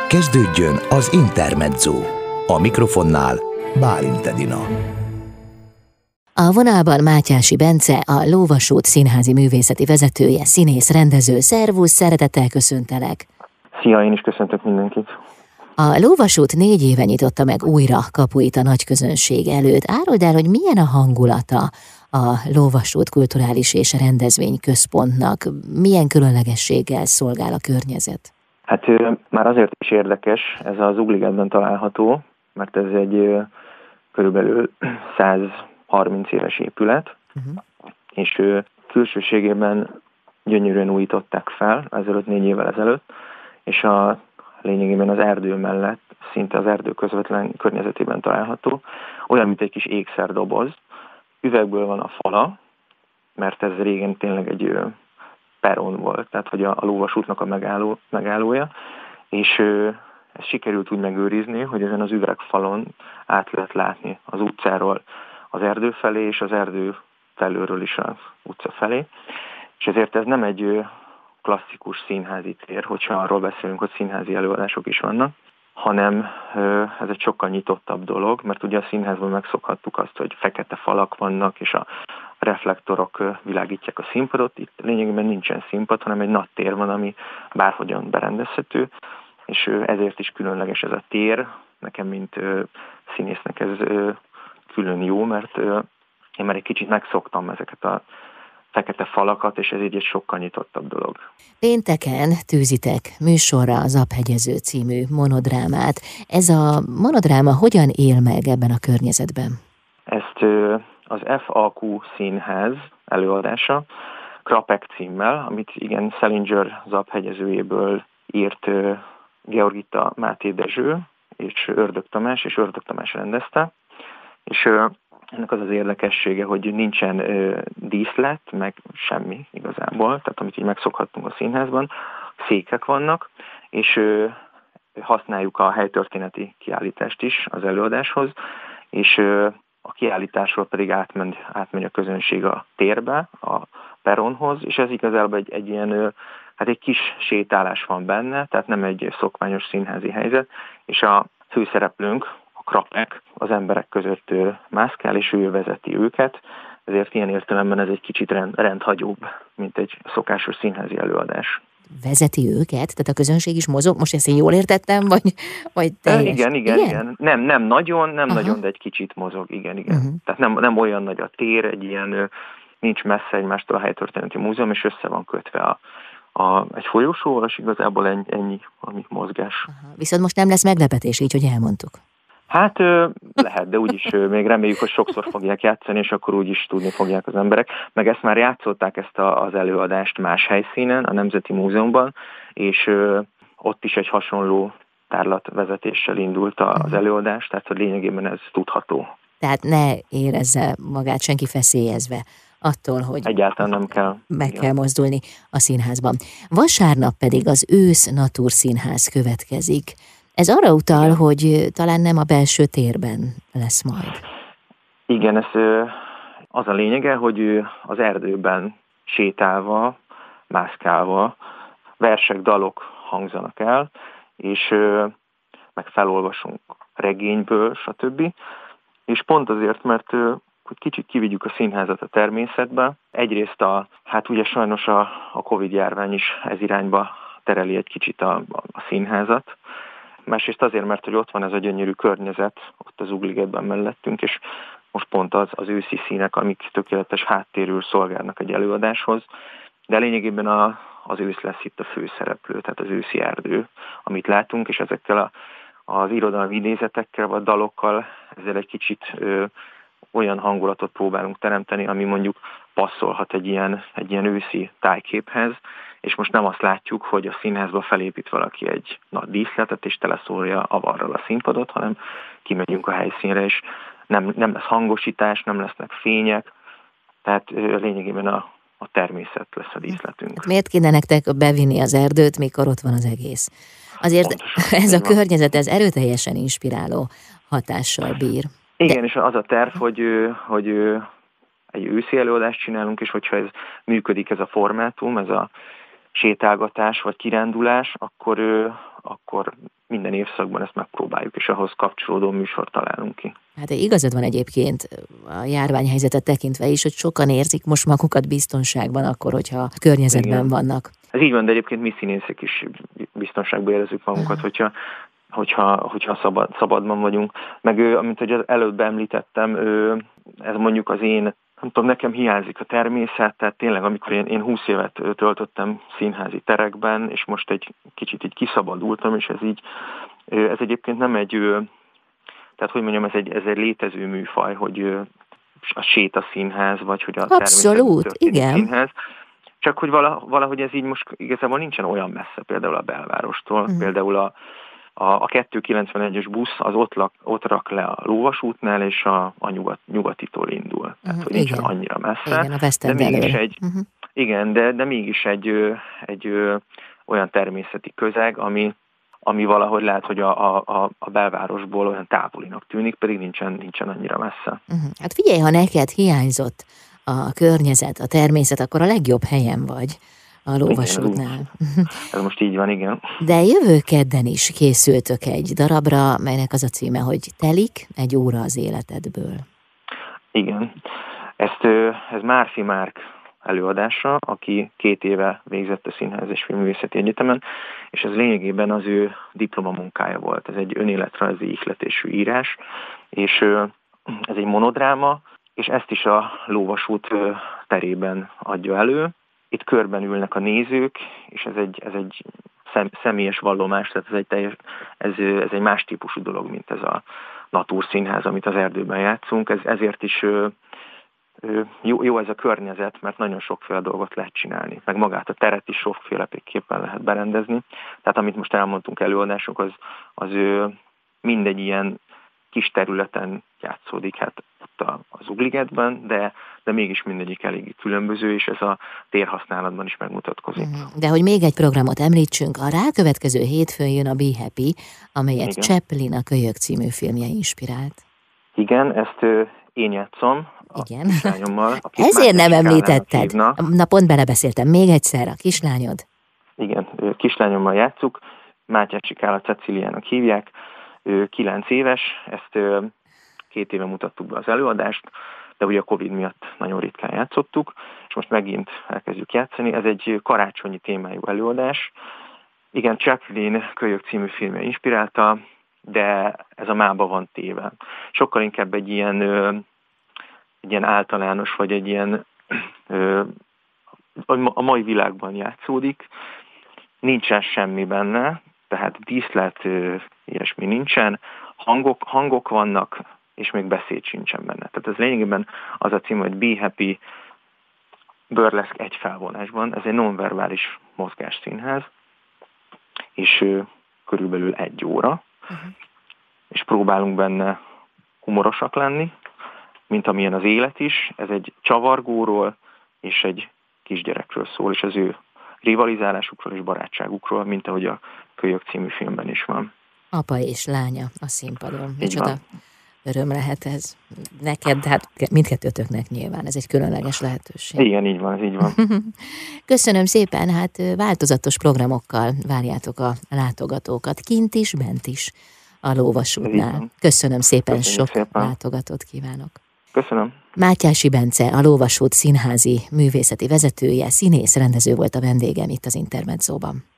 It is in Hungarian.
Kezdődjön az Intermezzo. A mikrofonnál Bálint Edina. A vonalban Mátyási Bence, a Lóvasút színházi művészeti vezetője, színész, rendező. Szervusz, szeretettel köszöntelek! Szia, én is köszöntök mindenkit! A Lóvasút 4 éve nyitotta meg újra kapuit a nagy közönség előtt. Árold el, hogy milyen a hangulata a Lóvasút Kulturális és Rendezvényközpontnak, milyen különlegességgel szolgál a környezet? Hát már azért is érdekes, ez az Ugligetben található, mert ez egy körülbelül 130 éves épület, és külsőségében gyönyörűen újították fel, ezelőtt 4 évvel ezelőtt, és lényegében az erdő mellett, szinte az erdő közvetlen környezetében található, olyan, mint egy kis ékszerdoboz. Üvegből van a fala, mert ez régen tényleg egy peron volt, tehát hogy a Lóvasútnak a megállója, és ezt sikerült úgy megőrizni, hogy ezen az üvegfalon át lehet látni az utcáról az erdő felé, és az erdő felülről is az utca felé. És ezért ez nem egy klasszikus színházi tér, hogyha arról beszélünk, hogy színházi előadások is vannak, hanem ez egy sokkal nyitottabb dolog, mert ugye a színházban megszokhattuk azt, hogy fekete falak vannak, és a reflektorok világítják a színpadot. Itt lényegében nincsen színpad, hanem egy nagy tér van, ami bárhogyan berendezhető, és ezért is különleges ez a tér. Nekem, mint színésznek ez külön jó, mert én már egy kicsit megszoktam ezeket a fekete falakat, és ez így egy sokkal nyitottabb dolog. Pénteken tűzitek műsorra az Zaphegyező című monodrámát. Ez a monodráma hogyan él meg ebben a környezetben? Ezt az FAQ színház előadása, Krapek címmel, amit igen Salinger Zaphegyezőjéből írt Georgita Máté Dezső, és Ördög Tamás rendezte, és ennek az az érdekessége, hogy nincsen díszlet, meg semmi igazából, tehát amit így megszokhattunk a színházban, székek vannak, és használjuk a helytörténeti kiállítást is az előadáshoz, és a kiállításról pedig átmegy a közönség a térbe, a peronhoz, és ez igazából egy ilyen, hát egy kis sétálás van benne, tehát nem egy szokványos színházi helyzet, és a főszereplőnk, Krapek az emberek között mászkál, és ő vezeti őket, ezért ilyen értelemben ez egy kicsit rendhagyóbb, mint egy szokásos színházi előadás. Vezeti őket? Tehát a közönség is mozog? Most ezt én jól értettem, vagy teljes? Igen. Nem nagyon, de egy kicsit mozog, igen. Tehát nem olyan nagy a tér, egy ilyen, nincs messze egymástól a helytörténeti múzeum, és össze van kötve egy folyosóval, és igazából ennyi a mozgás. Viszont most nem lesz meglepetés, így, hogy elmondtuk. Hát lehet, de úgyis még reméljük, hogy sokszor fogják játszani, és akkor úgyis tudni fogják az emberek. Meg ezt már játszották, ezt az előadást más helyszínen, a Nemzeti Múzeumban, és ott is egy hasonló tárlatvezetéssel indult az előadás, tehát hogy lényegében ez tudható. Tehát ne érezze magát senki feszélyezve attól, hogy egyáltalán nem kell. Kell mozdulni a színházban. Vasárnap pedig az Ősz Naturszínház következik. Ez arra utal, hogy talán nem a belső térben lesz majd. Igen, ez az a lényege, hogy az erdőben sétálva, mászkálva versek, dalok hangzanak el, és meg felolvasunk regényből, stb. És pont azért, mert hogy kicsit kivigyük a színházat a természetbe. Egyrészt hát ugye sajnos a Covid-járvány is ez irányba tereli egy kicsit a színházat. Másrészt azért, mert hogy ott van ez a gyönyörű környezet, ott az Ugligetben mellettünk, és most pont az őszi színek, amik tökéletes háttérül szolgálnak egy előadáshoz, de lényegében az ősz lesz itt a főszereplő, tehát az őszi erdő, amit látunk, és ezekkel az irodalmi idézetekkel, vagy dalokkal ezzel egy kicsit olyan hangulatot próbálunk teremteni, ami mondjuk passzolhat egy ilyen őszi tájképhez, és most nem azt látjuk, hogy a színházba felépít valaki egy nagy díszletet, és teleszórja avarral a színpadot, hanem kimegyünk a helyszínre, és nem lesz hangosítás, nem lesznek fények, tehát lényegében a természet lesz a díszletünk. Miért kéne nektek bevinni az erdőt, mikor ott van az egész? Azért pontosan, ez a környezet, ez erőteljesen inspiráló hatással bír. Igen, és az a terv, hogy egy őszi előadást csinálunk, és hogyha ez működik, ez a formátum, ez a sétálgatás vagy kirándulás, akkor minden évszakban ezt megpróbáljuk, és ahhoz kapcsolódó műsort találunk ki. Hát igazad van egyébként a járványhelyzetet tekintve is, hogy sokan érzik most magukat biztonságban akkor, hogyha a környezetben vannak. Ez így van, de egyébként mi színészek is biztonságban érezzük magunkat, hogyha szabadban vagyunk. Meg amit hogy előbb említettem, ez mondjuk az én, nem tudom, nekem hiányzik a természet, tehát tényleg amikor én 20 évet töltöttem színházi terekben, és most egy kicsit így kiszabadultam, és ez egyébként nem egy, tehát hogy mondjam, ez egy létező műfaj, hogy a sétaszínház, vagy hogy a abszolút, igen. Színház. Csak hogy valahogy ez így most igazából nincsen olyan messze, például a belvárostól, például a 291-es busz az ott rak le a Lóvasútnál, és a nyugatitól indul. Tehát, hogy nincsen annyira messze. Igen, a West End elől. Igen, de mégis egy olyan természeti közeg, ami valahogy lehet, hogy a belvárosból olyan távolinak tűnik, pedig nincsen annyira messze. Hát figyelj, ha neked hiányzott a környezet, a természet, akkor a legjobb helyen vagy a Lóvasútnál. Ez most így van, igen. De jövő kedden is készültök egy darabra, melynek az a címe, hogy Telik egy óra az életedből. Igen. Ez Márfi Márk előadása, aki 2 éve végzett a Színház és Filmművészeti Egyetemen, és ez lényegében az ő diplomamunkája volt. Ez egy önéletrajzi ihletésű írás, és ez egy monodráma, és ezt is a Lóvasút terében adja elő. Itt körben ülnek a nézők, és ez egy személyes vallomás, tehát ez egy más típusú dolog, mint ez a natúrszínház, amit az erdőben játszunk. Ezért is jó ez a környezet, mert nagyon sokféle dolgot lehet csinálni, meg magát a teret is sokféleképpen lehet berendezni. Tehát amit most elmondtunk előadások, az mindegy ilyen kis területen játszódik, hát ott az Ugligetben, de mégis mindegyik eléggé különböző, és ez a térhasználatban is megmutatkozik. De hogy még egy programot említsünk, a rákövetkező hétfőn jön a Be Happy, amelyet Igen. Chaplin a Kölyök című filmje inspirált. Igen, ezt én játszom. Igen. A kislányommal. Ezért nem említetted. Na pont belebeszéltem. Még egyszer, a kislányod. Igen, kislányommal játsszuk. Mátyási Kála Ceciliának hívják. Ő 9 éves, ezt 2 éve mutattuk be az előadást, de ugye a Covid miatt nagyon ritkán játszottuk, és most megint elkezdjük játszani. Ez egy karácsonyi témájú előadás. Igen, Chaplin Kölyök című filmje inspirálta, de ez a mába van téve. Sokkal inkább egy ilyen általános, vagy egy ilyen a mai világban játszódik. Nincsen semmi benne, tehát díszlet, ilyesmi nincsen, hangok vannak, és még beszéd sincsen benne. Tehát ez lényegében az a cím, hogy Be Happy Burleszk egy felvonásban. Ez egy nonverbális mozgásszínház, és körülbelül 1 óra, és próbálunk benne humorosak lenni, mint amilyen az élet is. Ez egy csavargóról és egy kisgyerekről szól, és az ő rivalizálásukról és barátságukról, mint ahogy a Kölyök című filmben is van. Apa és lánya a színpadon. Micsoda öröm lehet ez. Neked, hát mindkettőtöknek nyilván, ez egy különleges lehetőség. Igen, így van, ez így van. Köszönöm szépen, hát változatos programokkal várjátok a látogatókat, kint is, bent is a Lóvasútnál. Köszönöm szépen, Köszönjük sok szépen. látogatót kívánok. Köszönöm. Mátyási Bence, a Lóvasút színházi művészeti vezetője, színész, rendező volt a vendégem itt az Intermedzóban.